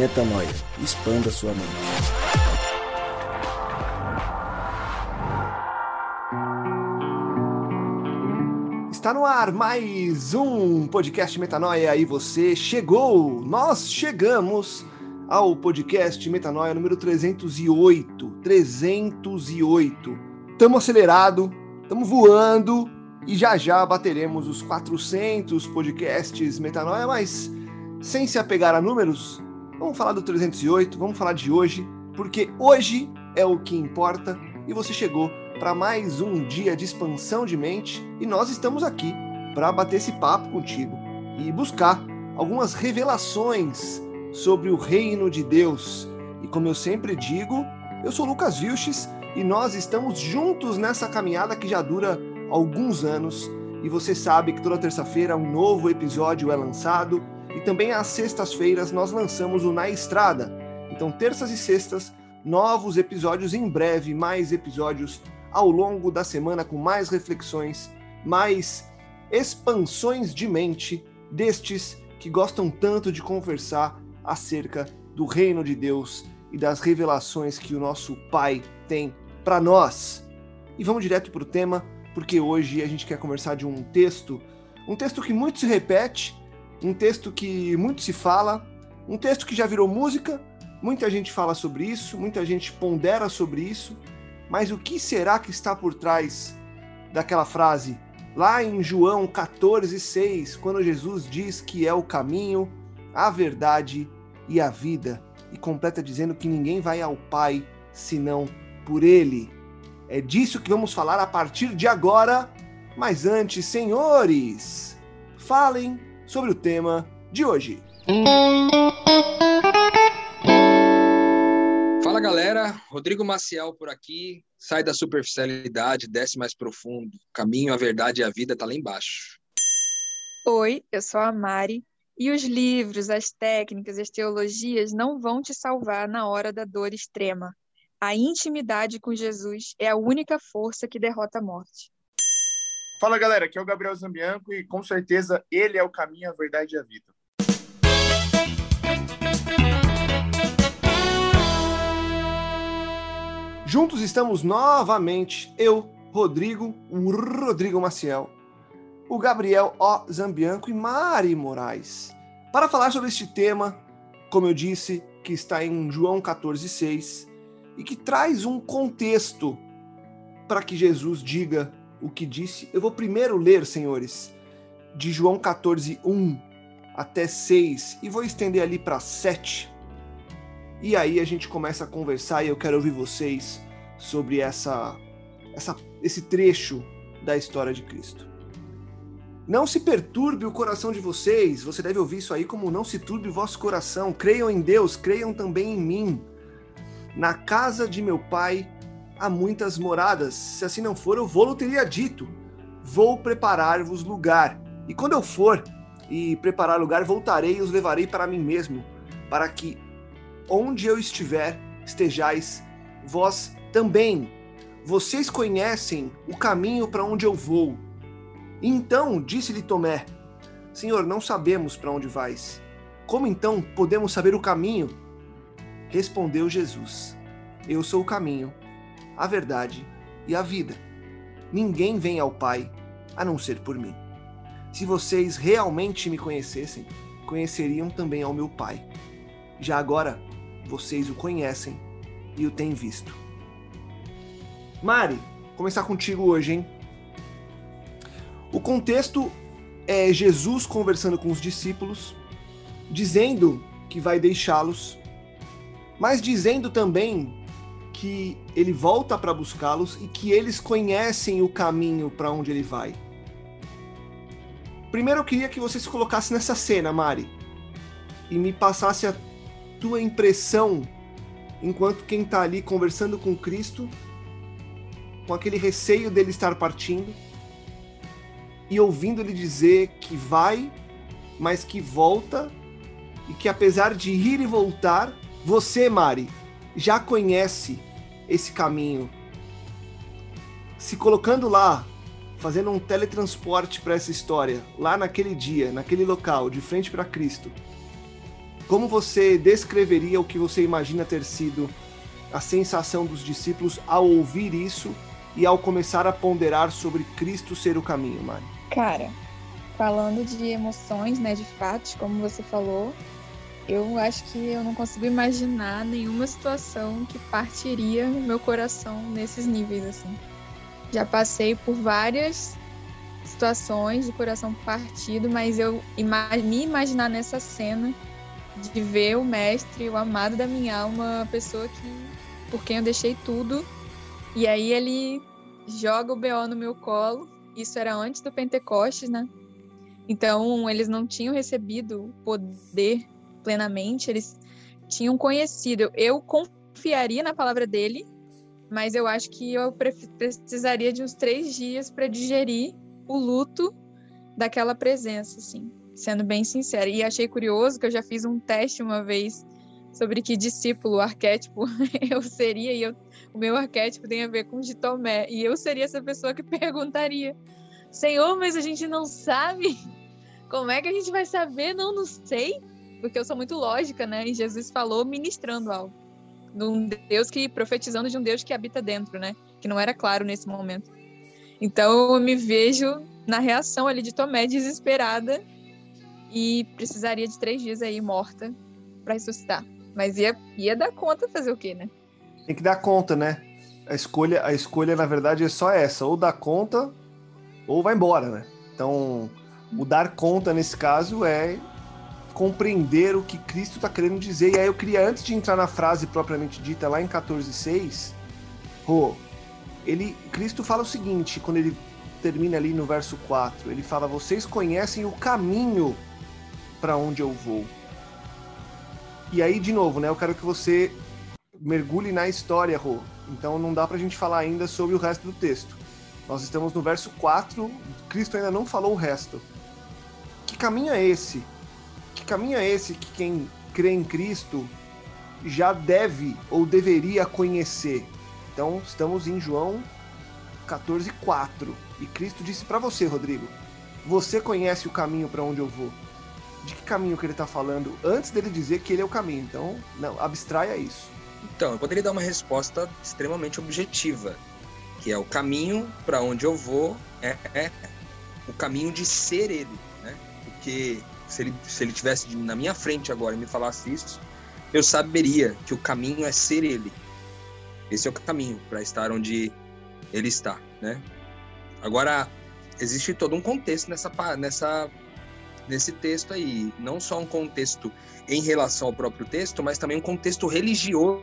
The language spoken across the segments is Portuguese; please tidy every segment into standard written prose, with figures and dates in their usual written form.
Metanoia. Expanda sua mente. Está no ar mais um podcast Metanoia e você chegou, nós chegamos ao podcast Metanoia número 308. Estamos acelerados, estamos voando e já bateremos os 400 podcasts Metanoia, mas sem se apegar a números, vamos falar do 308, vamos falar de hoje, porque hoje é o que importa e você chegou para mais um dia de expansão de mente e nós estamos aqui para bater esse papo contigo e buscar algumas revelações sobre o reino de Deus. E como eu sempre digo, eu sou Lucas Vilches e nós estamos juntos nessa caminhada que já dura alguns anos e você sabe que toda terça-feira um novo episódio é lançado e também às sextas-feiras nós lançamos o Na Estrada. Então terças e sextas, novos episódios, em breve mais episódios ao longo da semana com mais reflexões, mais expansões de mente destes que gostam tanto de conversar acerca do reino de Deus e das revelações que o nosso Pai tem para nós. E vamos direto para o tema, porque hoje a gente quer conversar de um texto que muito se repete, um texto que muito se fala, um texto que já virou música, muita gente fala sobre isso, muita gente pondera sobre isso. Mas o que será que está por trás daquela frase? Lá em João 14,6, quando Jesus diz que é o caminho, a verdade e a vida, e completa dizendo que ninguém vai ao Pai senão por Ele. É disso que vamos falar a partir de agora, mas antes, senhores, falem sobre o tema de hoje. Fala galera, Rodrigo Maciel por aqui, sai da superficialidade, desce mais profundo, caminho, a verdade e a vida tá lá embaixo. Oi, eu sou a Mari, e os livros, as técnicas, as teologias não vão te salvar na hora da dor extrema. A intimidade com Jesus é a única força que derrota a morte. Fala galera, aqui é o Gabriel Zambianco e com certeza ele é o caminho, a verdade e a vida. Juntos estamos novamente, eu, Rodrigo, o Rodrigo Maciel, o Gabriel O. Zambianco e Mari Moraes, para falar sobre este tema, como eu disse, que está em João 14,6 e que traz um contexto para que Jesus diga o que disse. Eu vou primeiro ler, senhores, de João 14:1 até 6 e vou estender ali para 7. E aí a gente começa a conversar e eu quero ouvir vocês sobre esse trecho da história de Cristo. Não se perturbe o coração de vocês, você deve ouvir isso aí como não se turbe o vosso coração, creiam em Deus, creiam também em mim. Na casa de meu pai há muitas moradas, se assim não for eu vou-lo teria dito, vou preparar-vos lugar, e quando eu for e preparar lugar, voltarei e os levarei para mim mesmo, para que onde eu estiver, estejais vós também. Vocês conhecem o caminho para onde eu vou. Então disse-lhe Tomé, Senhor, não sabemos para onde vais. Como então podemos saber o caminho? Respondeu Jesus, eu sou o caminho, a verdade e a vida. Ninguém vem ao Pai a não ser por mim. Se vocês realmente me conhecessem, conheceriam também ao meu Pai. Já agora, vocês o conhecem e o têm visto. Mari, começar contigo hoje, hein? O contexto é Jesus conversando com os discípulos, dizendo que vai deixá-los, mas dizendo também que ele volta para buscá-los e que eles conhecem o caminho para onde ele vai. Primeiro eu queria que você se colocasse nessa cena, Mari, e me passasse a tua impressão enquanto quem está ali conversando com Cristo, com aquele receio dele estar partindo, e ouvindo ele dizer que vai, mas que volta, e que apesar de ir e voltar, você, Mari, já conhece esse caminho. Se colocando lá, fazendo um teletransporte para essa história, lá naquele dia, naquele local, de frente para Cristo, como você descreveria o que você imagina ter sido a sensação dos discípulos ao ouvir isso e ao começar a ponderar sobre Cristo ser o caminho, Mari? Cara, falando de emoções, né, de fatos, como você falou, eu acho que eu não consigo imaginar nenhuma situação que partiria o meu coração nesses níveis, assim. Já passei por várias situações de coração partido, mas me imaginar nessa cena de ver o mestre, o amado da minha alma, a pessoa por quem eu deixei tudo, e aí ele joga o BO no meu colo. Isso era antes do Pentecostes, né? Então, eles não tinham recebido o poder plenamente, eles tinham conhecido. Eu confiaria na palavra dele, mas eu acho que eu precisaria de uns 3 dias para digerir o luto daquela presença, assim, sendo bem sincera. E achei curioso que eu já fiz um teste uma vez sobre que discípulo, arquétipo eu seria, e o meu arquétipo tem a ver com o de Tomé, e eu seria essa pessoa que perguntaria: Senhor, mas a gente não sabe? Como é que a gente vai saber? Não sei. Porque eu sou muito lógica, né? E Jesus falou ministrando algo. De um Deus profetizando de um Deus que habita dentro, né? Que não era claro nesse momento. Então eu me vejo na reação ali de Tomé, desesperada, e precisaria de 3 dias aí morta para ressuscitar. Mas ia dar conta, fazer o quê, né? Tem que dar conta, né? A escolha, na verdade, é só essa: ou dá conta, ou vai embora, né? Então, o dar conta, nesse caso, é compreender o que Cristo está querendo dizer. E aí eu queria, antes de entrar na frase propriamente dita, lá em 14:6, Cristo fala o seguinte, quando ele termina ali no verso 4, ele fala: vocês conhecem o caminho para onde eu vou. E aí, de novo, né, eu quero que você mergulhe na história, Rô. Então não dá pra gente falar ainda sobre o resto do texto. Nós estamos no verso 4, Cristo ainda não falou o resto. Que caminho é esse? Que caminho é esse que quem crê em Cristo já deve ou deveria conhecer? Então, estamos em João 14:4. E Cristo disse para você, Rodrigo: você conhece o caminho para onde eu vou. De que caminho que ele está falando antes dele dizer que ele é o caminho? Então, não, abstraia isso. Então, eu poderia dar uma resposta extremamente objetiva, que é: o caminho para onde eu vou é o caminho de ser ele, né? Porque se ele tivesse na minha frente agora e me falasse isso, eu saberia que o caminho é ser ele. Esse é o caminho para estar onde ele está, né? Agora, existe todo um contexto nesse texto aí. Não só um contexto em relação ao próprio texto, mas também um contexto religioso,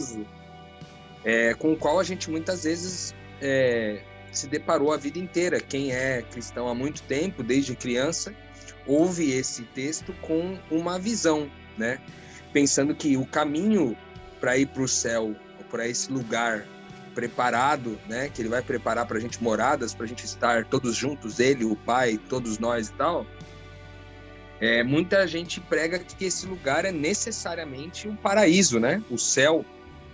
com o qual a gente muitas vezes se deparou a vida inteira. Quem é cristão há muito tempo, desde criança, ouve esse texto com uma visão, né? Pensando que o caminho para ir para o céu, para esse lugar preparado, né, que ele vai preparar para a gente moradas, para a gente estar todos juntos, ele, o Pai, todos nós e tal, muita gente prega que esse lugar é necessariamente um paraíso, né, o céu,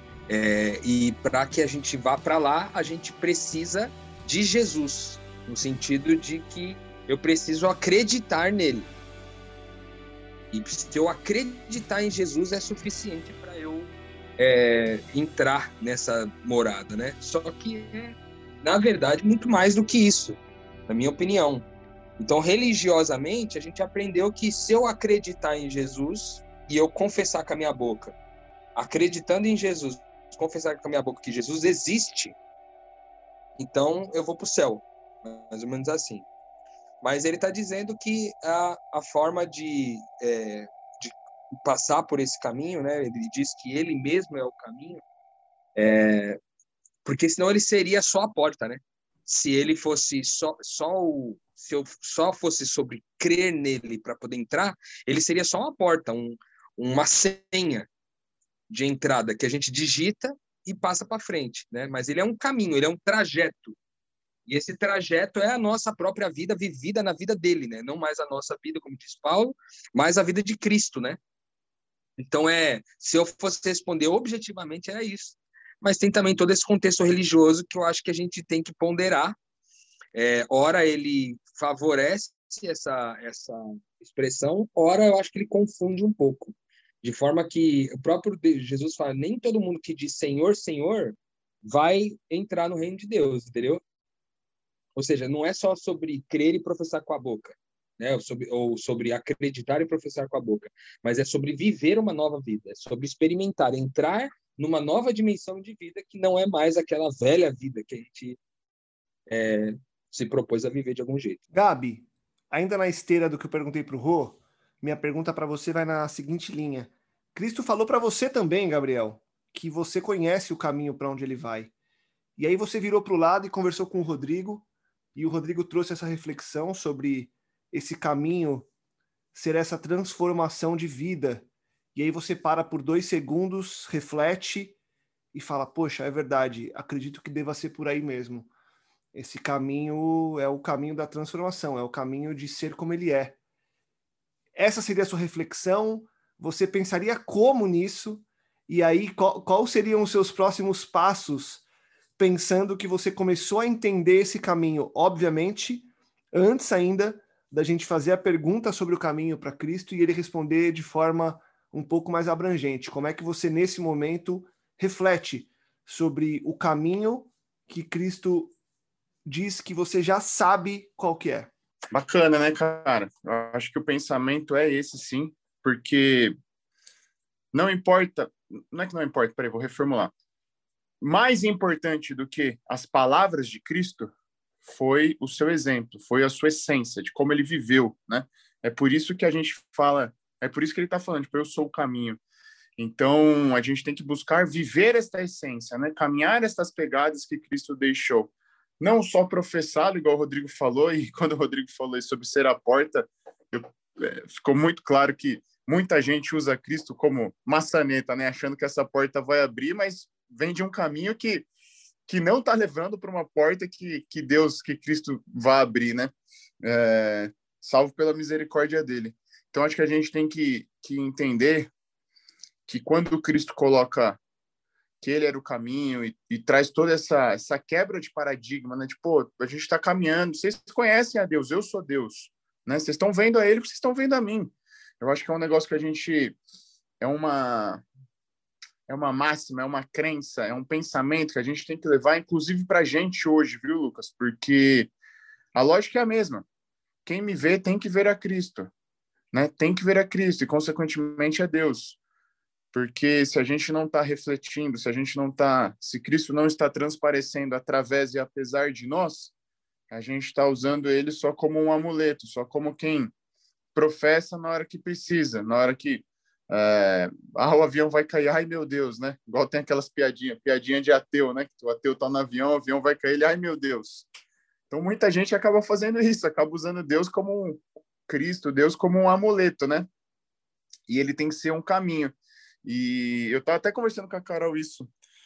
e para que a gente vá para lá, a gente precisa de Jesus, no sentido de que eu preciso acreditar nele. E se eu acreditar em Jesus, é suficiente para eu entrar nessa morada, né? Só que na verdade, muito mais do que isso, na minha opinião. Então, religiosamente, a gente aprendeu que se eu acreditar em Jesus e eu confessar com a minha boca, acreditando em Jesus, confessar com a minha boca que Jesus existe, então eu vou para o céu, mais ou menos assim. Mas ele está dizendo que a forma de passar por esse caminho, né? Ele diz que ele mesmo é o caminho, porque senão ele seria só a porta, né? Se ele fosse se eu só fosse sobre crer nele para poder entrar, ele seria só uma porta, uma senha de entrada que a gente digita e passa para frente, né? Mas ele é um caminho, ele é um trajeto. E esse trajeto é a nossa própria vida vivida na vida dele, né? Não mais a nossa vida, como diz Paulo, mas a vida de Cristo, né? Então, se eu fosse responder objetivamente, era isso. Mas tem também todo esse contexto religioso que eu acho que a gente tem que ponderar. Ora, ele favorece essa expressão, ora, eu acho que ele confunde um pouco. De forma que o próprio Jesus fala, nem todo mundo que diz Senhor, Senhor, vai entrar no reino de Deus, entendeu? Ou seja, não é só sobre crer e professar com a boca, né? Ou sobre acreditar e professar com a boca, mas é sobre viver uma nova vida, é sobre experimentar, entrar numa nova dimensão de vida que não é mais aquela velha vida que a gente se propôs a viver de algum jeito. Gabi, ainda na esteira do que eu perguntei para o Rô, minha pergunta para você vai na seguinte linha. Cristo falou para você também, Gabriel, que você conhece o caminho para onde ele vai. E aí você virou para o lado e conversou com o Rodrigo, e o Rodrigo trouxe essa reflexão sobre esse caminho ser essa transformação de vida. E aí você para por 2 segundos, reflete e fala, poxa, é verdade, acredito que deva ser por aí mesmo. Esse caminho é o caminho da transformação, é o caminho de ser como ele é. Essa seria a sua reflexão? Você pensaria como nisso? E aí, qual seriam os seus próximos passos, pensando que você começou a entender esse caminho? Obviamente, antes ainda da gente fazer a pergunta sobre o caminho para Cristo e ele responder de forma um pouco mais abrangente. Como é que você, nesse momento, reflete sobre o caminho que Cristo diz que você já sabe qual que é? Bacana, né, cara? Eu acho que o pensamento é esse, sim, porque não importa, não é que não importa, peraí, vou reformular. Mais importante do que as palavras de Cristo foi o seu exemplo, foi a sua essência, de como ele viveu, né? É por isso que a gente fala, é por isso que ele está falando, tipo, eu sou o caminho. Então, a gente tem que buscar viver esta essência, né? Caminhar estas pegadas que Cristo deixou. Não só professado, igual o Rodrigo falou, e quando o Rodrigo falou sobre ser a porta, ficou muito claro que muita gente usa Cristo como maçaneta, né? Achando que essa porta vai abrir, mas vem de um caminho que não está levando para uma porta que Cristo vai abrir, né? Salvo pela misericórdia dele. Então, acho que a gente tem que entender que quando Cristo coloca que ele era o caminho e traz toda essa quebra de paradigma, né? Tipo, a gente está caminhando, vocês conhecem a Deus, eu sou Deus, né? Vocês estão vendo a ele porque vocês estão vendo a mim. Eu acho que é um negócio que a gente... É uma máxima, é uma crença, é um pensamento que a gente tem que levar, inclusive para a gente hoje, viu, Lucas? Porque a lógica é a mesma. Quem me vê tem que ver a Cristo, né? Tem que ver a Cristo e, consequentemente, a Deus. Porque se a gente não está refletindo, se Cristo não está transparecendo através e apesar de nós, a gente está usando ele só como um amuleto, só como quem professa na hora que precisa, na hora que o avião vai cair, ai meu Deus, né? Igual tem aquelas piadinha de ateu, né? Que o ateu tá no avião, o avião vai cair, ele, ai meu Deus. Então muita gente acaba fazendo isso, acaba usando Deus como Cristo, Deus como um amuleto, né? E ele tem que ser um caminho. E eu estava até conversando com a Carol isso.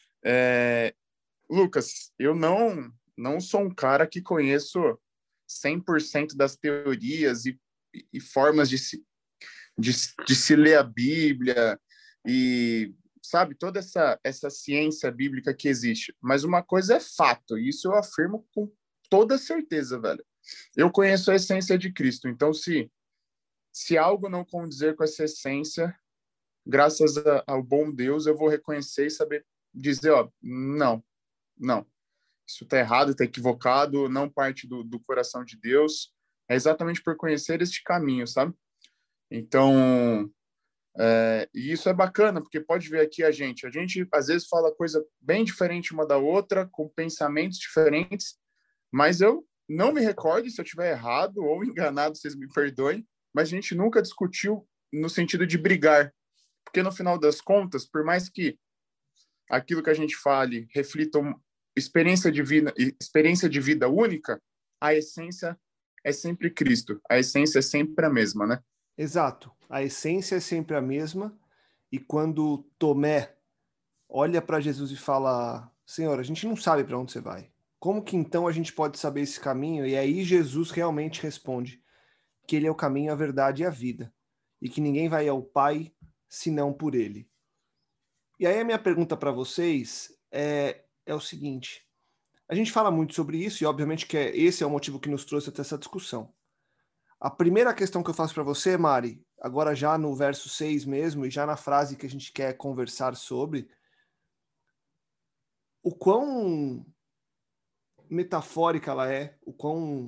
Lucas, eu não sou um cara que conheço 100% das teorias e formas de se ler a Bíblia e, sabe, toda essa ciência bíblica que existe. Mas uma coisa é fato, e isso eu afirmo com toda certeza, velho. Eu conheço a essência de Cristo, então se algo não condizer com essa essência, graças ao bom Deus, eu vou reconhecer e saber dizer, não, isso está errado, está equivocado, não parte do coração de Deus. É exatamente por conhecer este caminho, sabe? Então, e isso é bacana, porque pode ver aqui a gente às vezes fala coisa bem diferente uma da outra, com pensamentos diferentes, mas eu não me recordo se eu estiver errado ou enganado, vocês me perdoem, mas a gente nunca discutiu no sentido de brigar. Porque, no final das contas, por mais que aquilo que a gente fale reflita uma experiência de vida única, a essência é sempre Cristo. A essência é sempre a mesma, né? Exato. A essência é sempre a mesma. E quando Tomé olha para Jesus e fala, Senhor, a gente não sabe para onde você vai. Como que então a gente pode saber esse caminho? E aí Jesus realmente responde que ele é o caminho, a verdade e a vida. E que ninguém vai ao Pai senão por ele. E aí a minha pergunta para vocês é o seguinte. A gente fala muito sobre isso e obviamente que esse é o motivo que nos trouxe até essa discussão. A primeira questão que eu faço para você, Mari, agora já no verso 6 mesmo, e já na frase que a gente quer conversar sobre, o quão metafórica ela é, o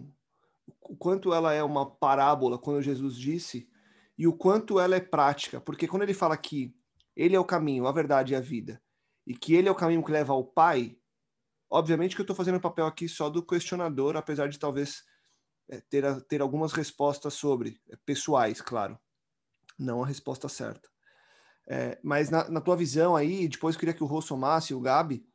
quanto ela é uma parábola, quando Jesus disse, e o quanto ela é prática. Porque quando ele fala que ele é o caminho, a verdade e a vida, e que ele é o caminho que leva ao Pai, obviamente que eu estou fazendo o papel aqui só do questionador, apesar de talvez ter algumas respostas sobre, pessoais, claro, não a resposta certa. Mas na tua visão aí, depois eu queria que o Rô somasse, o Gabi,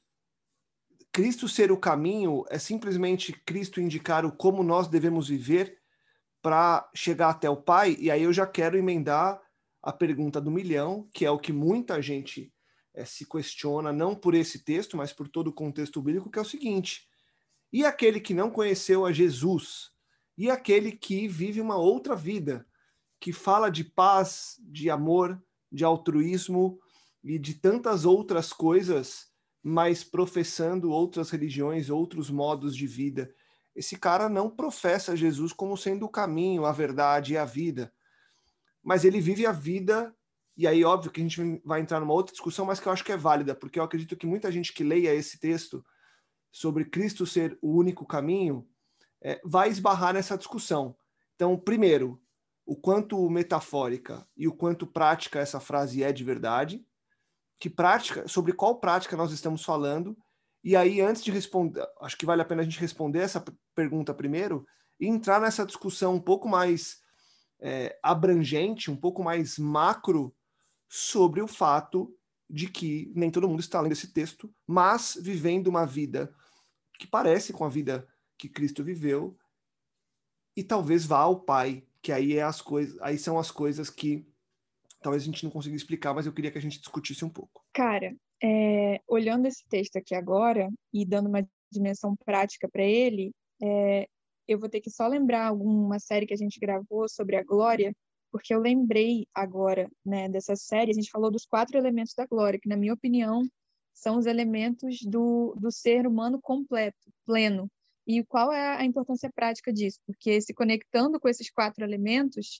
Cristo ser o caminho é simplesmente Cristo indicar o como nós devemos viver para chegar até o Pai? E aí eu já quero emendar a pergunta do milhão, que é o que muita gente se questiona, não por esse texto, mas por todo o contexto bíblico, que é o seguinte: e aquele que não conheceu a Jesus? E aquele que vive uma outra vida, que fala de paz, de amor, de altruísmo e de tantas outras coisas, mas professando outras religiões, outros modos de vida? Esse cara não professa Jesus como sendo o caminho, a verdade e a vida, mas ele vive a vida. E aí, óbvio que a gente vai entrar numa outra discussão, mas que eu acho que é válida, porque eu acredito que muita gente que leia esse texto sobre Cristo ser o único caminho vai esbarrar nessa discussão. Então, primeiro, o quanto metafórica e o quanto prática essa frase é de verdade, que prática, sobre qual prática nós estamos falando. E aí, antes de responder, acho que vale a pena a gente responder essa pergunta primeiro e entrar nessa discussão um pouco mais abrangente, um pouco mais macro, sobre o fato de que nem todo mundo está lendo esse texto, mas vivendo uma vida que parece com a vida que Cristo viveu, e talvez vá ao Pai, que aí aí são as coisas que talvez a gente não consiga explicar, mas eu queria que a gente discutisse um pouco. Cara, olhando esse texto aqui agora e dando uma dimensão prática para ele, eu vou ter que só lembrar alguma série que a gente gravou sobre a glória, porque eu lembrei agora, né, dessa série. A gente falou dos 4 elementos da glória, que, na minha opinião, são os elementos do ser humano completo, pleno. E qual é a importância prática disso? Porque se conectando com esses 4 elementos,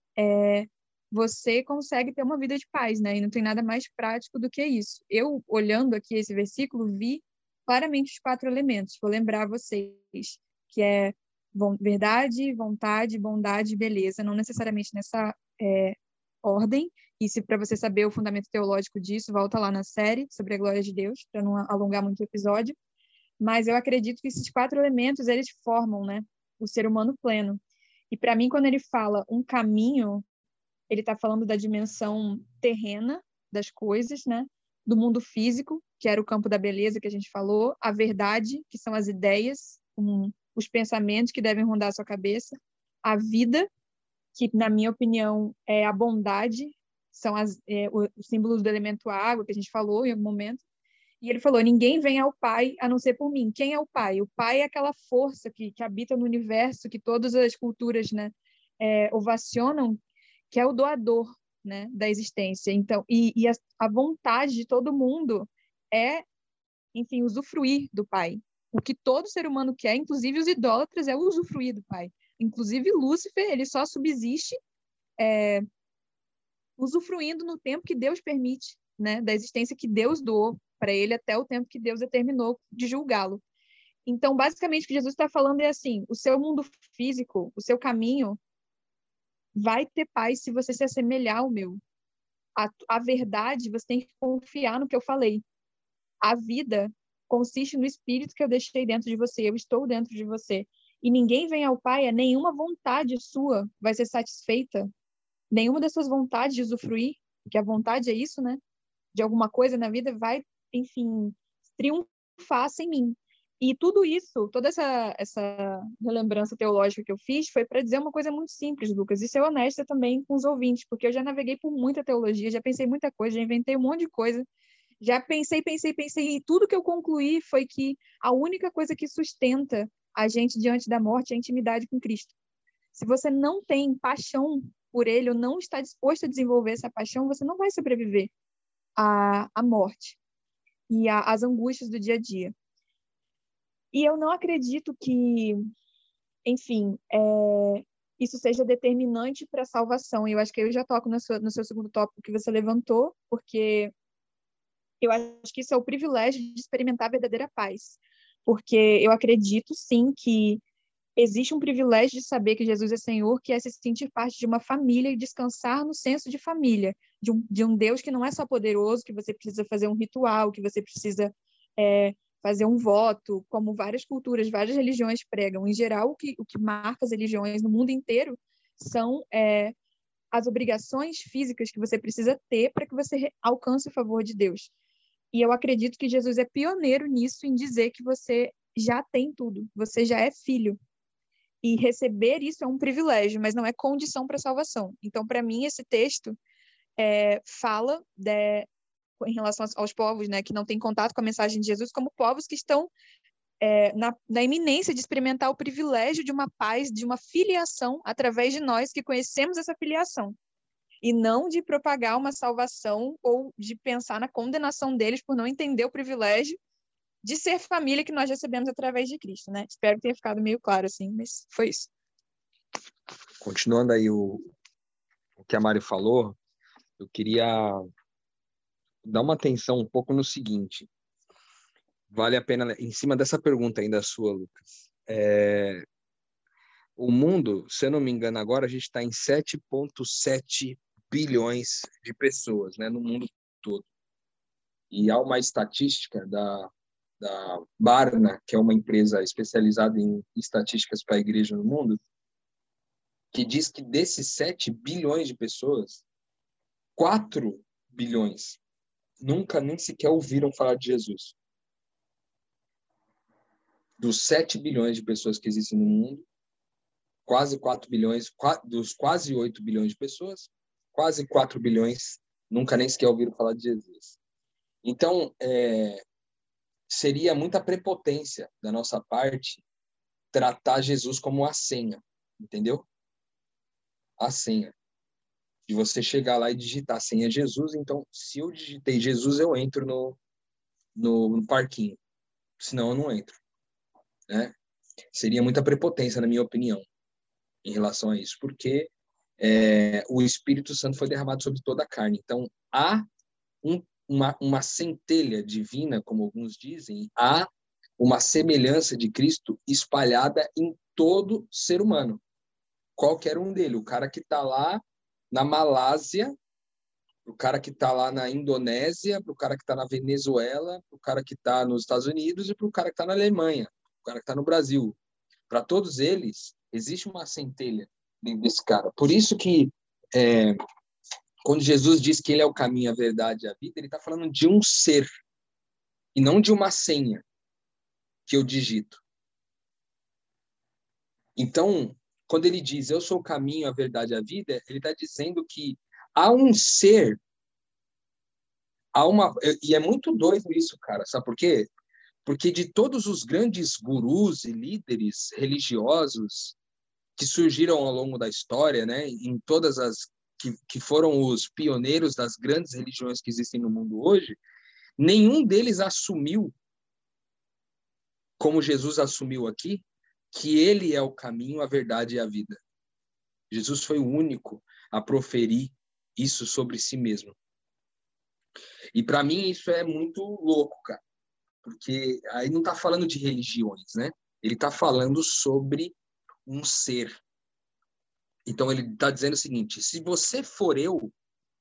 você consegue ter uma vida de paz, né? E não tem nada mais prático do que isso. Eu, olhando aqui esse versículo, vi claramente os 4 elementos. Vou lembrar vocês, que é verdade, vontade, bondade e beleza, não necessariamente nessa ordem. E se para você saber o fundamento teológico disso, volta lá na série sobre a glória de Deus, para não alongar muito o episódio. Mas eu acredito que esses 4 elementos, eles formam, né, o ser humano pleno. E para mim, quando ele fala um caminho, ele está falando da dimensão terrena das coisas, né, do mundo físico, que era o campo da beleza que a gente falou, a verdade, que são as ideias, os pensamentos que devem rondar a sua cabeça, a vida, que, na minha opinião, é a bondade, são os símbolos do elemento água, que a gente falou em algum momento. E ele falou: ninguém vem ao Pai a não ser por mim. Quem é o Pai? O Pai é aquela força que habita no universo, que todas as culturas, né, ovacionam, que é o doador, né, da existência. Então, e a vontade de todo mundo é, enfim, usufruir do Pai. O que todo ser humano quer, inclusive os idólatras, é usufruir do Pai. Inclusive Lúcifer, ele só subsiste usufruindo no tempo que Deus permite, né, da existência que Deus doou para ele até o tempo que Deus determinou de julgá-lo. Então, basicamente, o que Jesus está falando é assim: o seu mundo físico, o seu caminho, vai ter paz se você se assemelhar ao meu. A verdade, você tem que confiar no que eu falei. A vida consiste no espírito que eu deixei dentro de você, eu estou dentro de você. E ninguém vem ao Pai, nenhuma vontade sua vai ser satisfeita, nenhuma das suas vontades de usufruir, porque a vontade é isso, né? De alguma coisa na vida vai, enfim, triunfar sem mim. E tudo isso, toda essa relembrança teológica que eu fiz foi para dizer uma coisa muito simples, Lucas, e ser honesta também com os ouvintes, porque eu já naveguei por muita teologia, já pensei muita coisa, já inventei um monte de coisa, já pensei, e tudo que eu concluí foi que a única coisa que sustenta a gente diante da morte é a intimidade com Cristo. Se você não tem paixão por Ele, ou não está disposto a desenvolver essa paixão, você não vai sobreviver à morte e às angústias do dia a dia. E eu não acredito que, enfim, isso seja determinante para a salvação. E eu acho que eu já toco no seu segundo tópico que você levantou, porque eu acho que isso é o privilégio de experimentar a verdadeira paz. Porque eu acredito, sim, que existe um privilégio de saber que Jesus é Senhor, que é se sentir parte de uma família e descansar no senso de família, de um Deus que não é só poderoso, que você precisa fazer um ritual, que você precisa fazer um voto, como várias culturas, várias religiões pregam. Em geral, o que marca as religiões no mundo inteiro são as obrigações físicas que você precisa ter para que você alcance o favor de Deus. E eu acredito que Jesus é pioneiro nisso, em dizer que você já tem tudo, você já é filho. E receber isso é um privilégio, mas não é condição para a salvação. Então, para mim, esse texto fala em relação aos povos, né, que não têm contato com a mensagem de Jesus, como povos que estão na iminência de experimentar o privilégio de uma paz, de uma filiação através de nós que conhecemos essa filiação. E não de propagar uma salvação ou de pensar na condenação deles por não entender o privilégio de ser família que nós recebemos através de Cristo, né? Espero que tenha ficado meio claro assim, mas foi isso. Continuando aí o que a Mari falou, eu queria dar uma atenção um pouco no seguinte. Vale a pena, em cima dessa pergunta ainda sua, Lucas. O mundo, se eu não me engano agora, a gente está em 7,7 bilhões de pessoas, né, no mundo todo. E há uma estatística da Barna, que é uma empresa especializada em estatísticas para a igreja no mundo, que diz que desses 7 bilhões de pessoas, 4 bilhões nunca nem sequer ouviram falar de Jesus. Dos 7 bilhões de pessoas que existem no mundo, quase 4 bilhões, dos quase 8 bilhões de pessoas, quase 4 bilhões nunca nem sequer ouviram falar de Jesus. Então, seria muita prepotência da nossa parte tratar Jesus como a senha, entendeu? A senha. De você chegar lá e digitar a senha Jesus, então, se eu digitei Jesus, eu entro no parquinho. Senão, eu não entro. Né? Seria muita prepotência, na minha opinião, em relação a isso, porque o Espírito Santo foi derramado sobre toda a carne. Então, há uma centelha divina, como alguns dizem, há uma semelhança de Cristo espalhada em todo ser humano. Qualquer um dele. O cara que está lá na Malásia, o cara que está lá na Indonésia, o cara que está na Venezuela, o cara que está nos Estados Unidos e o cara que está na Alemanha, o cara que está no Brasil. Para todos eles, existe uma centelha desse cara. Por isso que quando Jesus diz que ele é o caminho, a verdade e a vida, ele está falando de um ser e não de uma senha que eu digito. Então, quando ele diz eu sou o caminho, a verdade e a vida, ele está dizendo que há um ser, e é muito doido isso, cara, sabe por quê? Porque de todos os grandes gurus e líderes religiosos que surgiram ao longo da história, né, em todas as que foram os pioneiros das grandes religiões que existem no mundo hoje, nenhum deles assumiu, como Jesus assumiu aqui, que ele é o caminho, a verdade e a vida. Jesus foi o único a proferir isso sobre si mesmo. E para mim isso é muito louco, cara, porque aí não está falando de religiões, né? Ele está falando sobre um ser. Então, ele está dizendo o seguinte, se você for eu,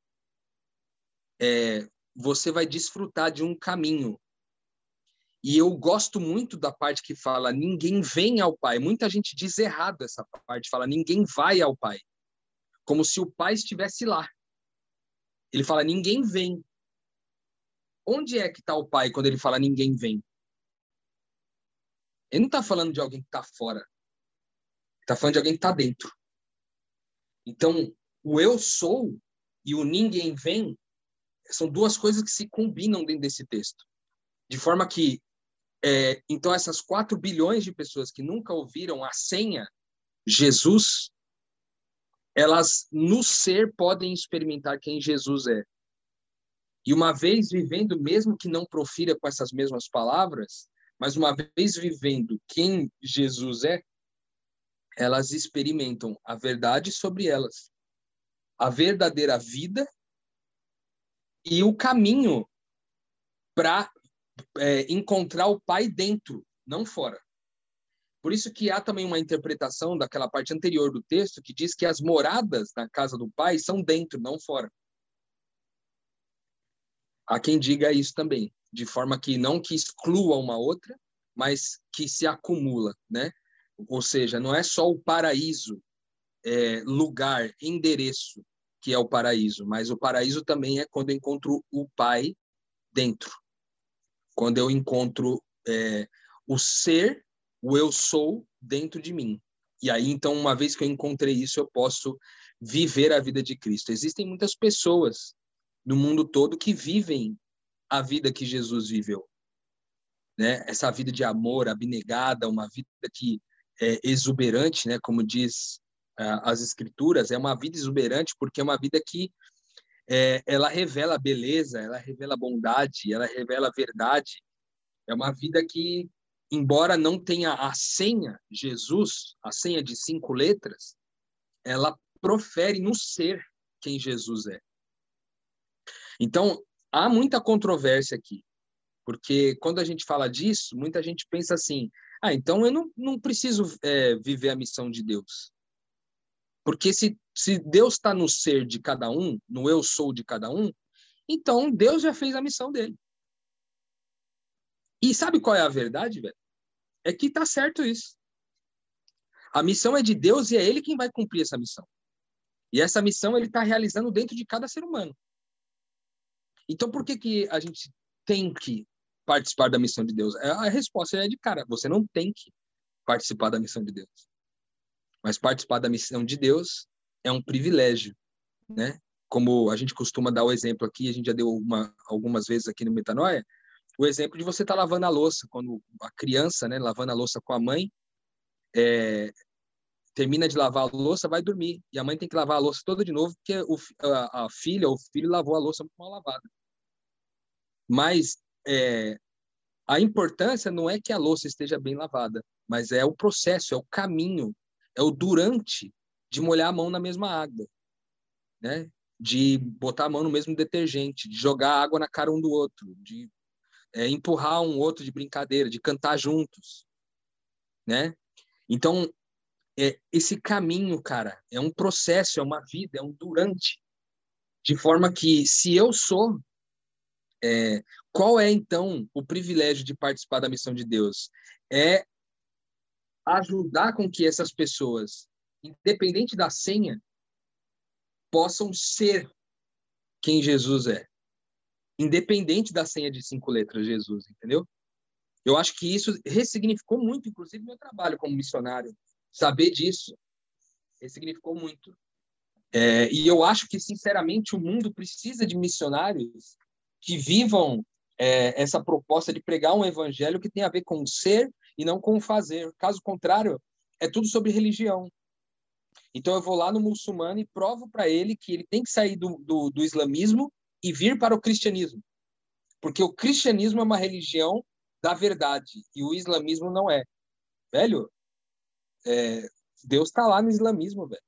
você vai desfrutar de um caminho. E eu gosto muito da parte que fala, ninguém vem ao Pai. Muita gente diz errado essa parte, fala, ninguém vai ao Pai. Como se o Pai estivesse lá. Ele fala, ninguém vem. Onde é que está o Pai quando ele fala, ninguém vem? Ele não está falando de alguém que está fora. Ele está falando de alguém que está dentro. Então, o eu sou e o ninguém vem são duas coisas que se combinam dentro desse texto. De forma que, então, essas 4 bilhões de pessoas que nunca ouviram a senha Jesus, elas, no ser, podem experimentar quem Jesus é. E uma vez vivendo, mesmo que não profira com essas mesmas palavras, mas uma vez vivendo quem Jesus é, elas experimentam a verdade sobre elas, a verdadeira vida e o caminho para encontrar o Pai dentro, não fora. Por isso que há também uma interpretação daquela parte anterior do texto que diz que as moradas na casa do Pai são dentro, não fora. Há quem diga isso também, de forma que não que exclua uma outra, mas que se acumula, né? Ou seja, não é só o paraíso, lugar, endereço, que é o paraíso, mas o paraíso também é quando eu encontro o Pai dentro. Quando eu encontro o ser, o eu sou dentro de mim. E aí, então, uma vez que eu encontrei isso, eu posso viver a vida de Cristo. Existem muitas pessoas no mundo todo que vivem a vida que Jesus viveu, né? Essa vida de amor, abnegada, uma vida que é exuberante, né? Como diz as Escrituras, é uma vida exuberante porque é uma vida que ela revela beleza, ela revela bondade, ela revela verdade. É uma vida que, embora não tenha a senha Jesus, a senha de 5 letras, ela profere no ser quem Jesus é. Então, há muita controvérsia aqui, porque quando a gente fala disso, muita gente pensa assim, então eu não preciso viver a missão de Deus. Porque se Deus está no ser de cada um, no eu sou de cada um, então Deus já fez a missão dele. E sabe qual é a verdade, velho? É que tá certo isso. A missão é de Deus e é ele quem vai cumprir essa missão. E essa missão ele está realizando dentro de cada ser humano. Então por que a gente tem que participar da missão de Deus? A resposta é de cara, você não tem que participar da missão de Deus. Mas participar da missão de Deus é um privilégio, né? Como a gente costuma dar o exemplo aqui, a gente já deu algumas vezes aqui no Metanoia, o exemplo de você estar lavando a louça, quando a criança, né, lavando a louça com a mãe, termina de lavar a louça, vai dormir. E a mãe tem que lavar a louça toda de novo, porque a filha ou o filho lavou a louça muito mal lavada. Mas a importância não é que a louça esteja bem lavada, mas é o processo, é o caminho, é o durante de molhar a mão na mesma água, né? De botar a mão no mesmo detergente, de jogar água na cara um do outro, de empurrar um outro de brincadeira, de cantar juntos, né? Então, esse caminho, cara, é um processo, é uma vida, é um durante, de forma que se eu sou, qual é então o privilégio de participar da missão de Deus? É ajudar com que essas pessoas, independente da senha, possam ser quem Jesus é. Independente da senha de 5 letras, Jesus, entendeu? Eu acho que isso ressignificou muito, inclusive, meu trabalho como missionário. Saber disso ressignificou muito. E eu acho que, sinceramente, o mundo precisa de missionários que vivam essa proposta de pregar um evangelho que tem a ver com o ser e não com o fazer. Caso contrário, é tudo sobre religião. Então, eu vou lá no muçulmano e provo para ele que ele tem que sair do islamismo e vir para o cristianismo. Porque o cristianismo é uma religião da verdade e o islamismo não é. Velho, Deus está lá no islamismo, velho.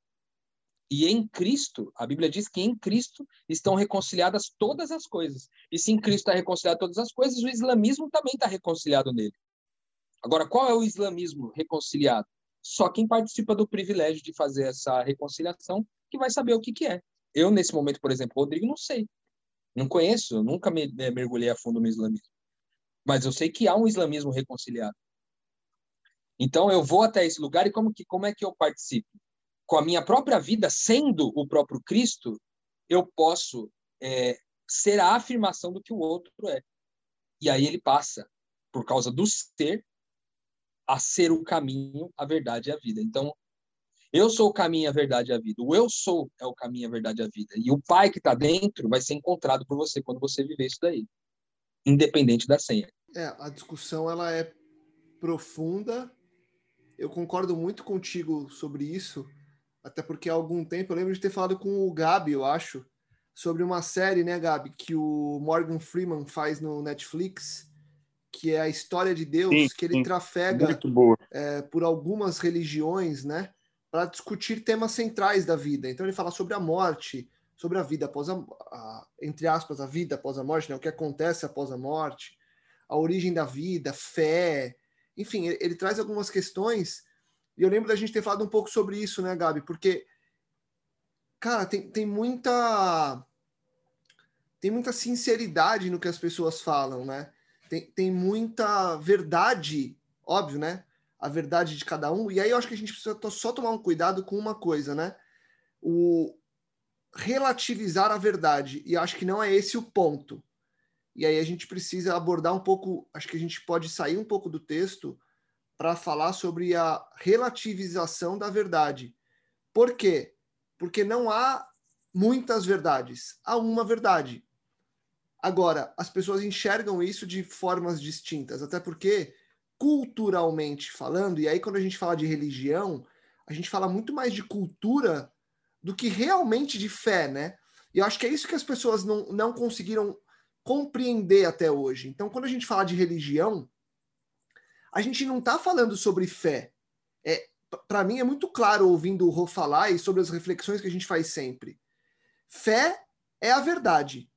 E em Cristo, a Bíblia diz que em Cristo estão reconciliadas todas as coisas. E se em Cristo está reconciliado todas as coisas, o islamismo também está reconciliado nele. Agora, qual é o islamismo reconciliado? Só quem participa do privilégio de fazer essa reconciliação que vai saber o que é. Eu, nesse momento, por exemplo, Rodrigo, não sei. Não conheço, nunca mergulhei a fundo no islamismo. Mas eu sei que há um islamismo reconciliado. Então, eu vou até esse lugar e como é que eu participo? Com a minha própria vida, sendo o próprio Cristo, eu posso ser a afirmação do que o outro é. E aí ele passa, por causa do ser, a ser o caminho, a verdade e a vida. Então, eu sou o caminho, a verdade e a vida. O eu sou é o caminho, a verdade e a vida. E o Pai que está dentro vai ser encontrado por você quando você viver isso daí, independente da senha. A discussão ela é profunda. Eu concordo muito contigo sobre isso, até porque há algum tempo eu lembro de ter falado com o Gabi, eu acho, sobre uma série, né, Gabi, que o Morgan Freeman faz no Netflix, que é a história de Deus, Sim, que ele sim. trafega Muito boa. por algumas religiões, né, para discutir temas centrais da vida. Então ele fala sobre a morte, sobre a vida após entre aspas, a vida após a morte, né, o que acontece após a morte, a origem da vida, fé, enfim, ele traz algumas questões, e eu lembro da gente ter falado um pouco sobre isso, né, Gabi, porque, cara, tem muita sinceridade no que as pessoas falam, né? Tem muita verdade, óbvio, né? A verdade de cada um. E aí eu acho que a gente precisa só tomar um cuidado com uma coisa, né? O relativizar a verdade. E acho que não é esse o ponto. E aí a gente precisa abordar um pouco, acho que a gente pode sair um pouco do texto para falar sobre a relativização da verdade. Por quê? Porque não há muitas verdades, há uma verdade. Agora, as pessoas enxergam isso de formas distintas, até porque, culturalmente falando, e aí quando a gente fala de religião, a gente fala muito mais de cultura do que realmente de fé, né? E eu acho que é isso que as pessoas não conseguiram compreender até hoje. Então, quando a gente fala de religião, a gente não está falando sobre fé. Para mim é muito claro ouvindo o Rô falar e sobre as reflexões que a gente faz sempre. Fé é a verdade.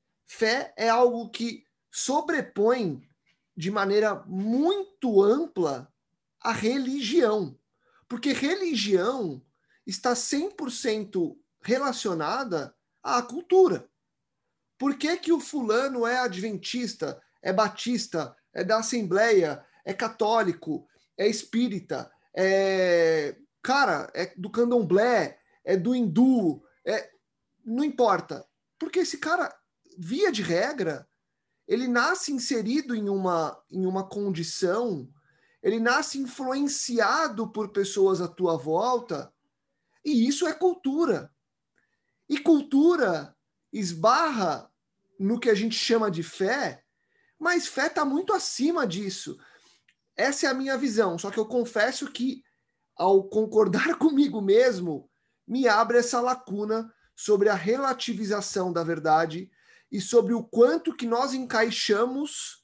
Fé é algo que sobrepõe de maneira muito ampla a religião. Porque religião está 100% relacionada à cultura. Por que que o fulano é adventista, é batista, é da Assembleia, é católico, é espírita, é do candomblé, é do hindu, não importa. Porque esse cara, via de regra, ele nasce inserido em uma condição, ele nasce influenciado por pessoas à tua volta, e isso é cultura. E cultura esbarra no que a gente chama de fé, mas fé está muito acima disso. Essa é a minha visão, só que eu confesso que, ao concordar comigo mesmo, me abre essa lacuna sobre a relativização da verdade e sobre o quanto que nós encaixamos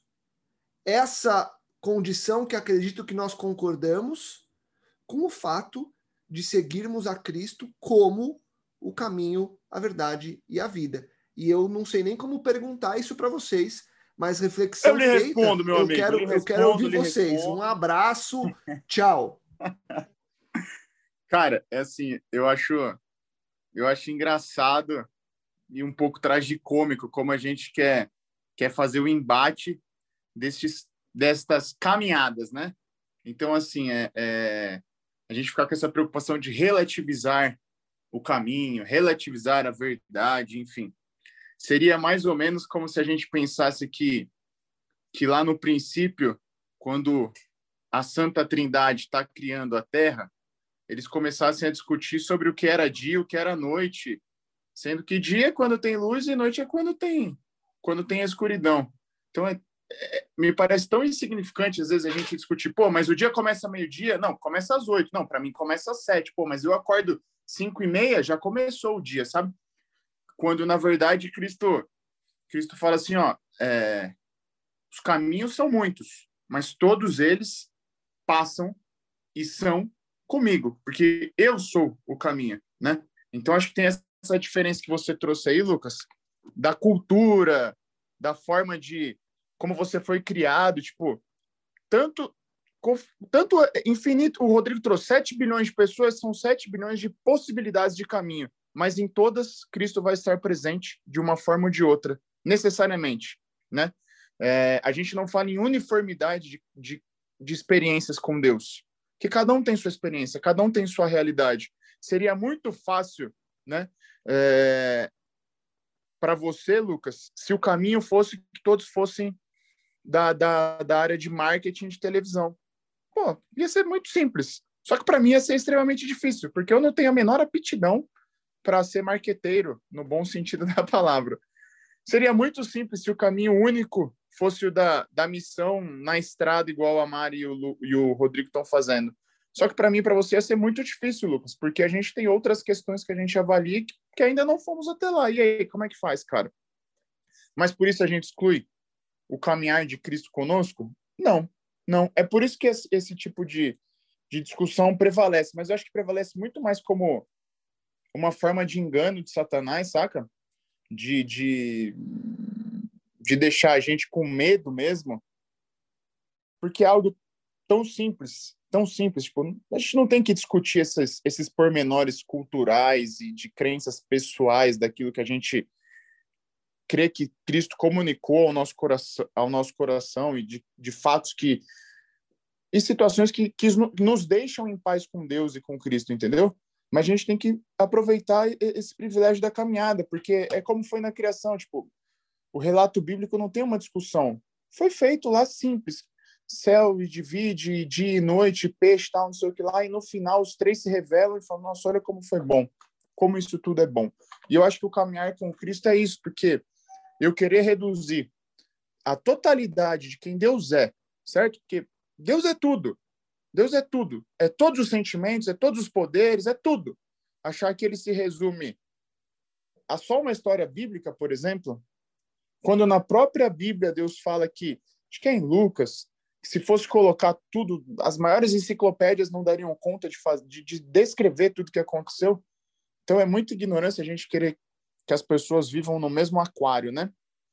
essa condição que acredito que nós concordamos com o fato de seguirmos a Cristo como o caminho, a verdade e a vida. E eu não sei nem como perguntar isso para vocês, mas reflexão Eu lhe feita, respondo, meu amigo. eu quero ouvir vocês. Um abraço, tchau. Cara, é assim, eu acho engraçado e um pouco tragicômico como a gente quer fazer o embate destas caminhadas, né? Então, assim, a gente ficar com essa preocupação de relativizar o caminho, relativizar a verdade, enfim. Seria mais ou menos como se a gente pensasse que lá no princípio, quando a Santa Trindade está criando a Terra, eles começassem a discutir sobre o que era dia e o que era noite, sendo que dia é quando tem luz e noite é quando tem a escuridão. Então, me parece tão insignificante, às vezes, a gente discutir, pô, mas o dia começa meio-dia? Não, começa às 8. Não, para mim começa às 7. Pô, mas eu acordo 5:30, já começou o dia, sabe? Quando, na verdade, Cristo fala assim, ó, os caminhos são muitos, mas todos eles passam e são comigo, porque eu sou o caminho, né? Então, acho que tem essa diferença que você trouxe aí, Lucas, da cultura, da forma de como você foi criado, tipo, tanto infinito. O Rodrigo trouxe 7 bilhões de pessoas, são 7 bilhões de possibilidades de caminho, mas em todas, Cristo vai estar presente de uma forma ou de outra, necessariamente, né? A gente não fala em uniformidade de experiências com Deus, que cada um tem sua experiência, cada um tem sua realidade. Seria muito fácil, né, para você, Lucas, se o caminho fosse que todos fossem da área de marketing de televisão. Pô, ia ser muito simples. Só que para mim ia ser extremamente difícil, porque eu não tenho a menor aptidão para ser marqueteiro, no bom sentido da palavra. Seria muito simples se o caminho único fosse o da missão na estrada, igual a Mari e o Rodrigo estão fazendo. Só que para mim e para você ia ser muito difícil, Lucas, porque a gente tem outras questões que a gente avalia que ainda não fomos até lá. E aí, como é que faz, cara? Mas por isso a gente exclui? o caminhar de Cristo conosco? Não, não. É por isso que esse tipo de discussão prevalece, mas eu acho que prevalece muito mais como uma forma de engano de Satanás, saca? De deixar a gente com medo mesmo, porque é algo tão simples, tipo, a gente não tem que discutir esses pormenores culturais e de crenças pessoais daquilo que a gente crê que Cristo comunicou ao nosso coração e de fatos e situações que nos deixam em paz com Deus e com Cristo, entendeu? Mas a gente tem que aproveitar esse privilégio da caminhada, porque é como foi na criação, tipo, o relato bíblico não tem uma discussão. Foi feito lá simples. Céu e divide, dia e noite, peixe, tal, não sei o que lá, e no final os três se revelam e falam, nossa, olha como foi bom, como isso tudo é bom. E eu acho que o caminhar com Cristo é isso, porque eu querer reduzir a totalidade de quem Deus é, certo? Porque Deus é tudo. Deus é tudo. É todos os sentimentos, é todos os poderes, é tudo. Achar que ele se resume a só uma história bíblica, por exemplo, quando na própria Bíblia Deus fala que, acho que é em Lucas, que se fosse colocar tudo, as maiores enciclopédias não dariam conta de descrever tudo que aconteceu. Então é muita ignorância a gente querer que as pessoas vivam no mesmo aquário, né?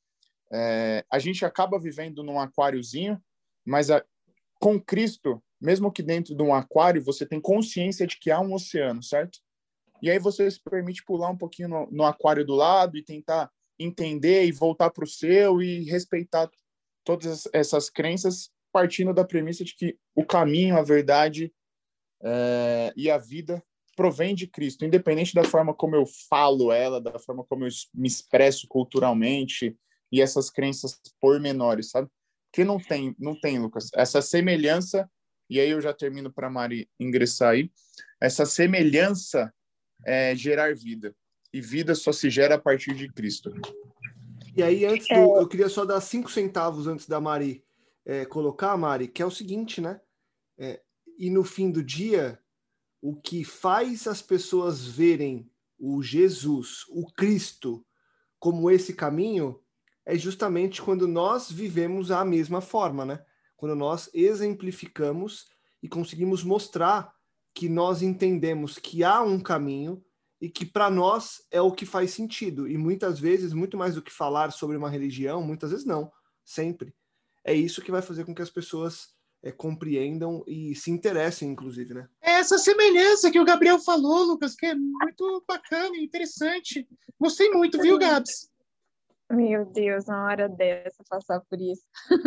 A gente acaba vivendo num aquáriozinho, mas com Cristo, mesmo que dentro de um aquário, você tem consciência de que há um oceano, certo? E aí você se permite pular um pouquinho no aquário do lado e tentar entender e voltar para o seu e respeitar todas essas crenças, partindo da premissa de que o caminho, a verdade e a vida provém de Cristo, independente da forma como eu falo ela, da forma como eu me expresso culturalmente e essas crenças pormenores, sabe? Porque não tem, Lucas, essa semelhança, e aí eu já termino para a Mari ingressar aí, essa semelhança é gerar vida, e vida só se gera a partir de Cristo. E aí, eu queria só dar 5 centavos antes da Mari colocar, Mari, que é o seguinte, né? E no fim do dia, o que faz as pessoas verem o Jesus, o Cristo, como esse caminho, é justamente quando nós vivemos a mesma forma, né? Quando nós exemplificamos e conseguimos mostrar que nós entendemos que há um caminho e que para nós é o que faz sentido. E muitas vezes, muito mais do que falar sobre uma religião, muitas vezes não, sempre. É isso que vai fazer com que as pessoas compreendam e se interessem, inclusive, né? Essa semelhança que o Gabriel falou, Lucas, que é muito bacana e interessante. Gostei muito, viu, Gabs? Meu Deus, uma hora dessa passar por isso.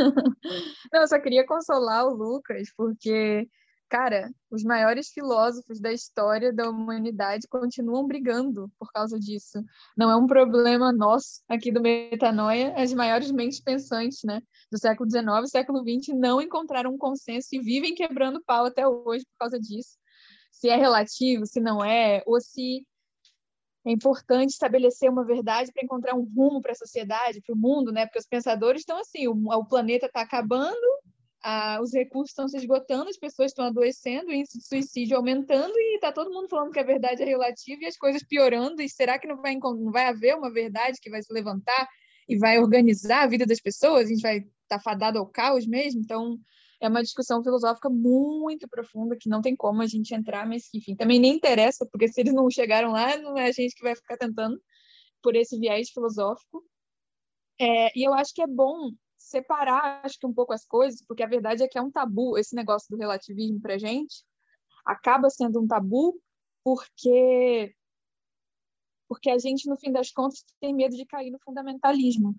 Não, eu só queria consolar o Lucas, porque, cara, os maiores filósofos da história da humanidade continuam brigando por causa disso. Não é um problema nosso aqui do Metanoia, as maiores mentes pensantes, né, do século XIX, século XX, não encontraram um consenso e vivem quebrando pau até hoje por causa disso. Se é relativo, se não é, ou se é importante estabelecer uma verdade para encontrar um rumo para a sociedade, para o mundo, né? Porque os pensadores estão assim, o planeta está acabando, os recursos estão se esgotando, as pessoas estão adoecendo, o índice de suicídio aumentando e está todo mundo falando que a verdade é relativa e as coisas piorando. E será que não vai haver uma verdade que vai se levantar e vai organizar a vida das pessoas? A gente vai estar fadado ao caos mesmo? Então, é uma discussão filosófica muito profunda que não tem como a gente entrar, mas, enfim, também nem interessa, porque se eles não chegaram lá, não é a gente que vai ficar tentando por esse viés filosófico. E eu acho que é bom separar, acho que um pouco as coisas, porque a verdade é que é um tabu, esse negócio do relativismo pra gente acaba sendo um tabu porque a gente, no fim das contas, tem medo de cair no fundamentalismo.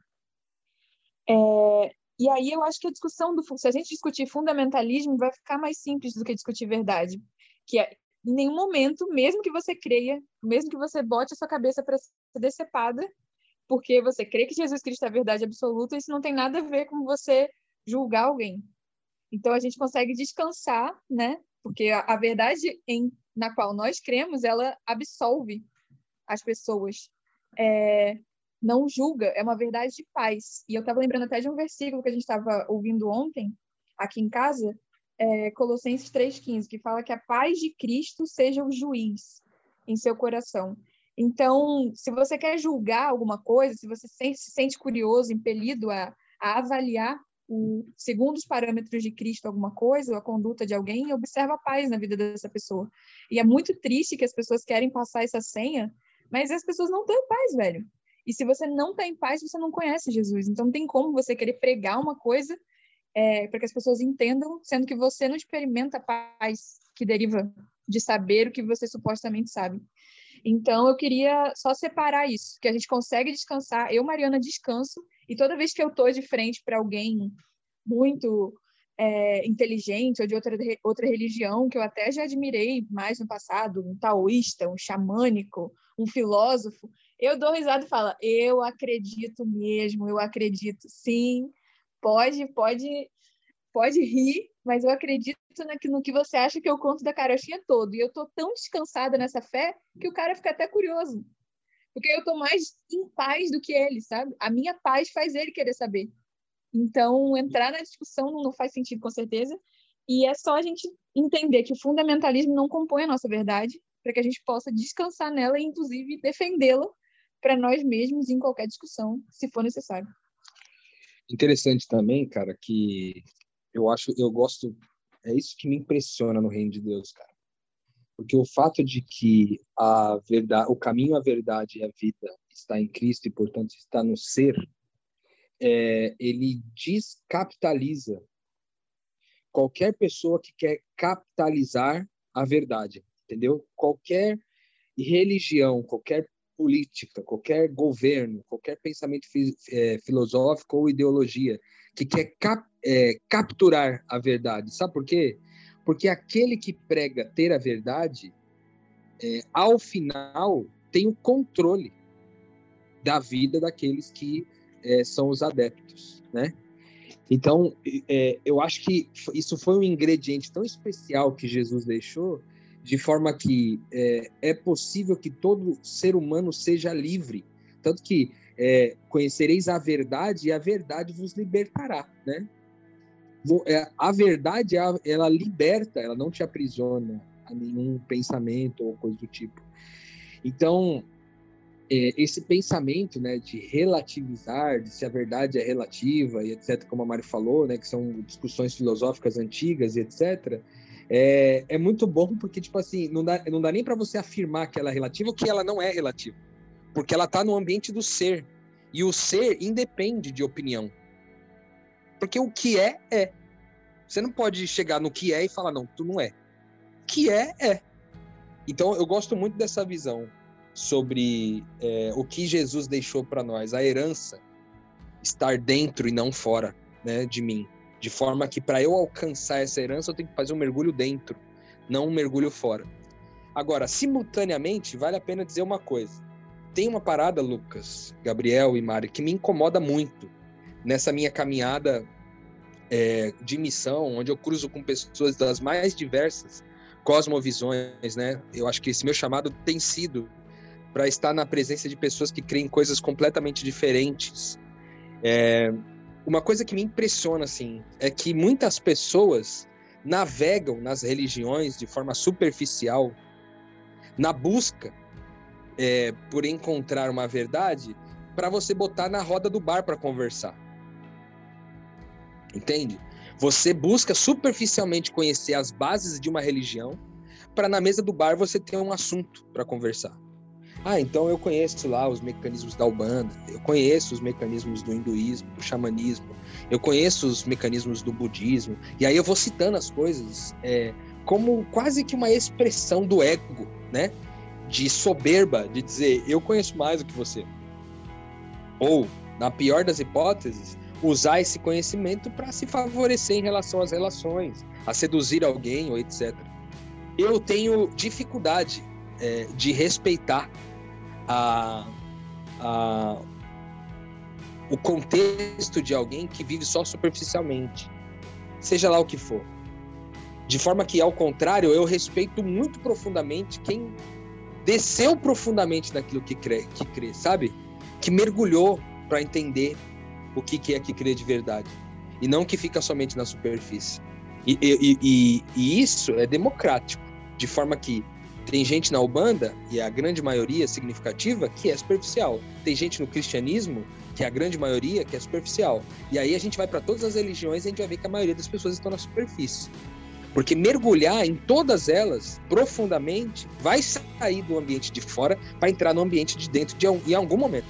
E aí eu acho que a discussão se a gente discutir fundamentalismo, vai ficar mais simples do que discutir verdade. Que é, em nenhum momento, mesmo que você creia, mesmo que você bote a sua cabeça para ser decepada, porque você crê que Jesus Cristo é a verdade absoluta, isso não tem nada a ver com você julgar alguém. Então a gente consegue descansar, né? Porque a verdade na qual nós cremos, ela absolve as pessoas. Não julga, é uma verdade de paz. E eu estava lembrando até de um versículo que a gente estava ouvindo ontem, aqui em casa, Colossenses 3,15, que fala que a paz de Cristo seja o juiz em seu coração. Então, se você quer julgar alguma coisa, se você se sente curioso, impelido a a avaliar, segundo os parâmetros de Cristo, alguma coisa, ou a conduta de alguém, e observa a paz na vida dessa pessoa. E é muito triste que as pessoas querem passar essa senha, mas as pessoas não têm paz, velho. E se você não está em paz, você não conhece Jesus. Então não tem como você querer pregar uma coisa para que as pessoas entendam, sendo que você não experimenta a paz que deriva de saber o que você supostamente sabe. Então, eu queria só separar isso, que a gente consegue descansar. Eu, Mariana, descanso, e toda vez que eu estou de frente para alguém muito inteligente ou de outra religião, que eu até já admirei mais no passado, um taoísta, um xamânico, um filósofo, eu dou risada e falo, eu acredito mesmo, eu acredito, sim, pode rir, mas eu acredito no que você acha que eu conto da carochinha todo. E eu tô tão descansada nessa fé que o cara fica até curioso. Porque eu tô mais em paz do que ele, sabe? A minha paz faz ele querer saber. Então, entrar na discussão não faz sentido, com certeza. E é só a gente entender que o fundamentalismo não compõe a nossa verdade, para que a gente possa descansar nela e, inclusive, defendê-la para nós mesmos em qualquer discussão, se for necessário. Interessante também, cara, que eu gosto, é isso que me impressiona no reino de Deus, cara. Porque o fato de que a verdade, o caminho, a verdade e a vida está em Cristo e, portanto, está no ser, ele descapitaliza qualquer pessoa que quer capitalizar a verdade, entendeu? Qualquer religião, qualquer política, qualquer governo, qualquer pensamento filosófico ou ideologia que quer capturar a verdade. Sabe por quê? Porque aquele que prega ter a verdade, ao final, tem o controle da vida daqueles que são os adeptos, né? Então, eu acho que isso foi um ingrediente tão especial que Jesus deixou, de forma que é possível que todo ser humano seja livre. Tanto que conhecereis a verdade e a verdade vos libertará, né? A verdade, ela liberta, ela não te aprisiona a nenhum pensamento ou coisa do tipo. Então, esse pensamento, né, de relativizar, de se a verdade é relativa e etc., como a Mari falou, né, que são discussões filosóficas antigas e etc., é muito bom porque, tipo assim, não dá nem para você afirmar que ela é relativa ou que ela não é relativa, porque ela está no ambiente do ser, e o ser independe de opinião, porque o que é. Você não pode chegar no que é e falar, não, tu não é. O que é. Então, eu gosto muito dessa visão sobre o que Jesus deixou para nós, a herança estar dentro e não fora, né, de mim. De forma que, para eu alcançar essa herança, eu tenho que fazer um mergulho dentro, não um mergulho fora. Agora, simultaneamente, vale a pena dizer uma coisa. Tem uma parada, Lucas, Gabriel e Mari, que me incomoda muito nessa minha caminhada de missão, onde eu cruzo com pessoas das mais diversas cosmovisões, né? Eu acho que esse meu chamado tem sido para estar na presença de pessoas que creem coisas completamente diferentes. Uma coisa que me impressiona, assim, é que muitas pessoas navegam nas religiões de forma superficial, na busca por encontrar uma verdade, para você botar na roda do bar para conversar. Entende? Você busca superficialmente conhecer as bases de uma religião, para na mesa do bar você ter um assunto para conversar. Então eu conheço lá os mecanismos da Umbanda, eu conheço os mecanismos do hinduísmo, do xamanismo, eu conheço os mecanismos do budismo, e aí eu vou citando as coisas como quase que uma expressão do ego, né? De soberba, de dizer, eu conheço mais do que você. Ou, na pior das hipóteses, usar esse conhecimento para se favorecer em relação às relações, a seduzir alguém ou etc. Eu tenho dificuldade de respeitar o contexto de alguém que vive só superficialmente, seja lá o que for. De forma que, ao contrário, eu respeito muito profundamente quem desceu profundamente naquilo que crê, sabe? Que mergulhou para entender o que é que crê de verdade, e não que fica somente na superfície. E isso é democrático, de forma que Tem gente na Umbanda, e a grande maioria significativa, que é superficial. Tem gente no cristianismo, que é a grande maioria, que é superficial. E aí a gente vai para todas as religiões e a gente vai ver que a maioria das pessoas estão na superfície. Porque mergulhar em todas elas, profundamente, vai sair do ambiente de fora para entrar no ambiente de dentro em algum momento.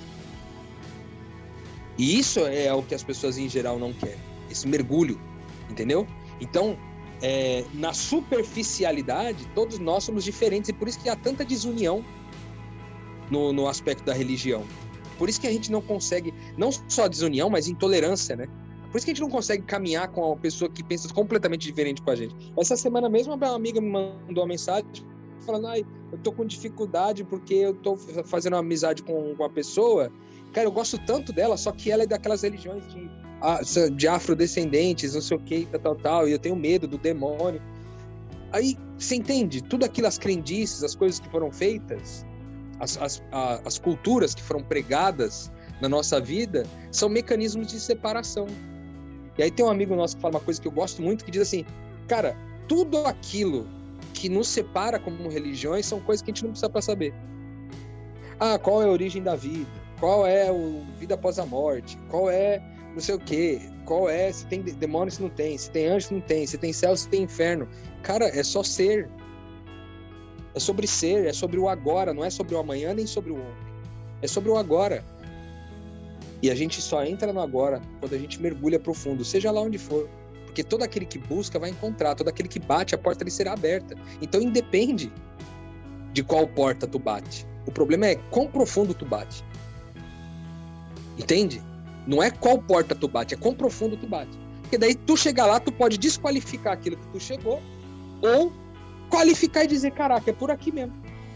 E isso é o que as pessoas em geral não querem. Esse mergulho, entendeu? Então, na superficialidade, todos nós somos diferentes, e por isso que há tanta desunião no aspecto da religião. Por isso que a gente não consegue, não só desunião, mas intolerância, né? Por isso que a gente não consegue caminhar com uma pessoa que pensa completamente diferente com a gente. Essa semana mesmo, uma amiga me mandou uma mensagem falando: eu tô com dificuldade porque eu tô fazendo uma amizade com uma pessoa. Cara, eu gosto tanto dela, só que ela é daquelas religiões de afrodescendentes, não sei o que, tal, e eu tenho medo do demônio. Aí, você entende? Tudo aquilo, as crendices, as coisas que foram feitas, as culturas que foram pregadas na nossa vida, são mecanismos de separação. E aí tem um amigo nosso que fala uma coisa que eu gosto muito, que diz assim: cara, tudo aquilo que nos separa como religiões são coisas que a gente não precisa para saber. Qual é a origem da vida? Qual é a vida após a morte? Qual é não sei o quê? Qual é se tem demônio, se não tem? Se tem anjo, se não tem? Se tem céu, se tem inferno? Cara, é só ser. É sobre ser, é sobre o agora, não é sobre o amanhã nem sobre o ontem. É sobre o agora. E a gente só entra no agora quando a gente mergulha profundo, seja lá onde for. Porque todo aquele que busca vai encontrar, todo aquele que bate, a porta lhe será aberta. Então independe de qual porta tu bate. O problema é quão profundo tu bate. Entende? Não é qual porta tu bate, é quão profundo tu bate. Porque daí tu chegar lá, tu pode desqualificar aquilo que tu chegou, ou qualificar e dizer: caraca, é por aqui mesmo.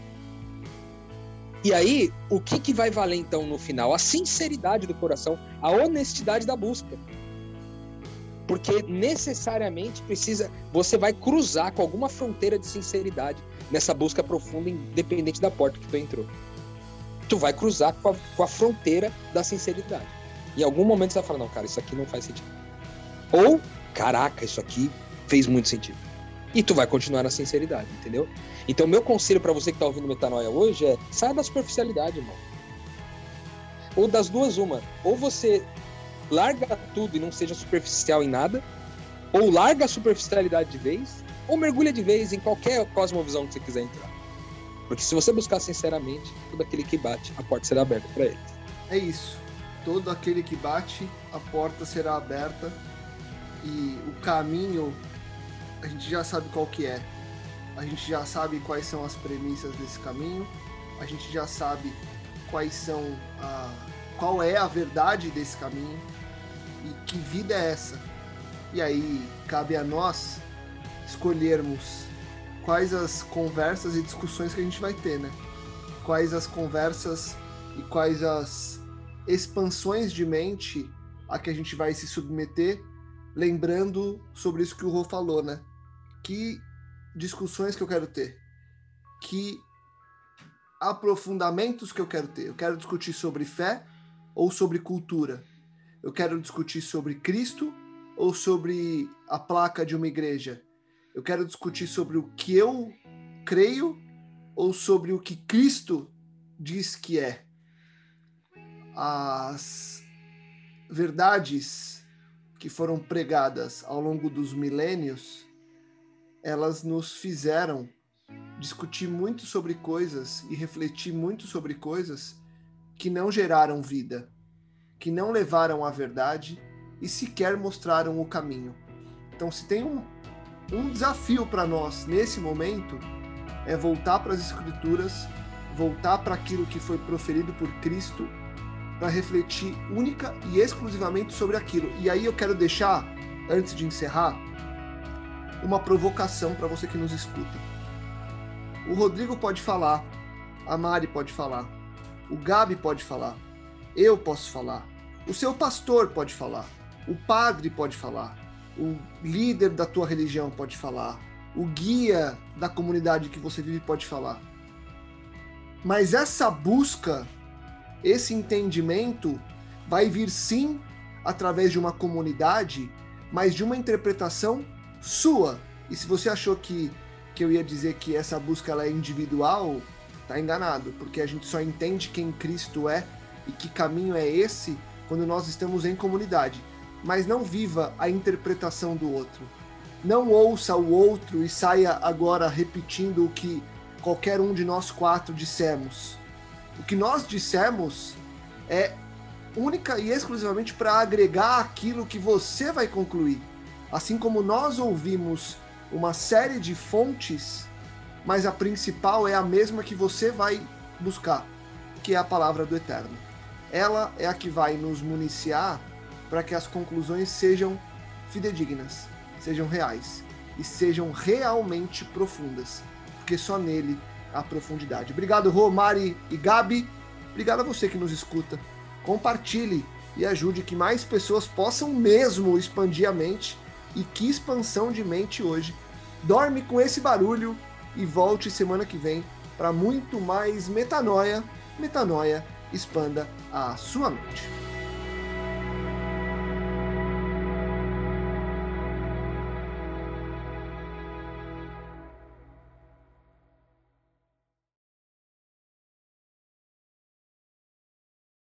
E aí, o que vai valer então no final? A sinceridade do coração, a honestidade da busca. Porque necessariamente você vai cruzar com alguma fronteira de sinceridade nessa busca profunda, independente da porta que tu entrou. Tu vai cruzar com a fronteira da sinceridade. Em algum momento você vai falar: não, cara, isso aqui não faz sentido. Ou, caraca, isso aqui fez muito sentido. E tu vai continuar na sinceridade, entendeu? Então, meu conselho para você que tá ouvindo Metanoia hoje é: saia da superficialidade, irmão. Ou das duas, uma. Ou você larga tudo e não seja superficial em nada, ou larga a superficialidade de vez, ou mergulha de vez em qualquer cosmovisão que você quiser entrar. Porque se você buscar sinceramente, todo aquele que bate, a porta será aberta para ele. É isso. Todo aquele que bate, a porta será aberta. E o caminho, a gente já sabe qual que é. A gente já sabe quais são as premissas desse caminho. A gente já sabe qual é a verdade desse caminho. E que vida é essa. E aí, cabe a nós escolhermos quais as conversas e discussões que a gente vai ter, né? Quais as conversas e quais as expansões de mente a que a gente vai se submeter, lembrando sobre isso que o Rô falou, né? Que discussões que eu quero ter? Que aprofundamentos que eu quero ter? Eu quero discutir sobre fé ou sobre cultura? Eu quero discutir sobre Cristo ou sobre a placa de uma igreja? Eu quero discutir sobre o que eu creio ou sobre o que Cristo diz que é? As verdades que foram pregadas ao longo dos milênios, elas nos fizeram discutir muito sobre coisas e refletir muito sobre coisas que não geraram vida, que não levaram à verdade e sequer mostraram o caminho. Então, se tem um desafio para nós nesse momento, é voltar para as Escrituras, voltar para aquilo que foi proferido por Cristo, para refletir única e exclusivamente sobre aquilo. E aí eu quero deixar, antes de encerrar, uma provocação para você que nos escuta. O Rodrigo pode falar, a Mari pode falar, o Gabi pode falar, eu posso falar, o seu pastor pode falar, o padre pode falar, o líder da tua religião pode falar, o guia da comunidade que você vive pode falar. Mas essa busca, esse entendimento vai vir sim através de uma comunidade, mas de uma interpretação sua. E se você achou que que eu ia dizer que essa busca ela é individual, tá enganado, porque a gente só entende quem Cristo é e que caminho é esse quando nós estamos em comunidade. Mas não viva a interpretação do outro. Não ouça o outro e saia agora repetindo o que qualquer um de nós 4 dissemos. O que nós dissemos é única e exclusivamente para agregar aquilo que você vai concluir. Assim como nós ouvimos uma série de fontes, mas a principal é a mesma que você vai buscar, que é a palavra do Eterno. Ela é a que vai nos municiar para que as conclusões sejam fidedignas, sejam reais e sejam realmente profundas, porque só nele há profundidade. Obrigado, Rô, Mari e Gabi. Obrigado a você que nos escuta. Compartilhe e ajude que mais pessoas possam mesmo expandir a mente. E que expansão de mente hoje. Dorme com esse barulho e volte semana que vem para muito mais metanoia. Metanoia, expanda a sua mente.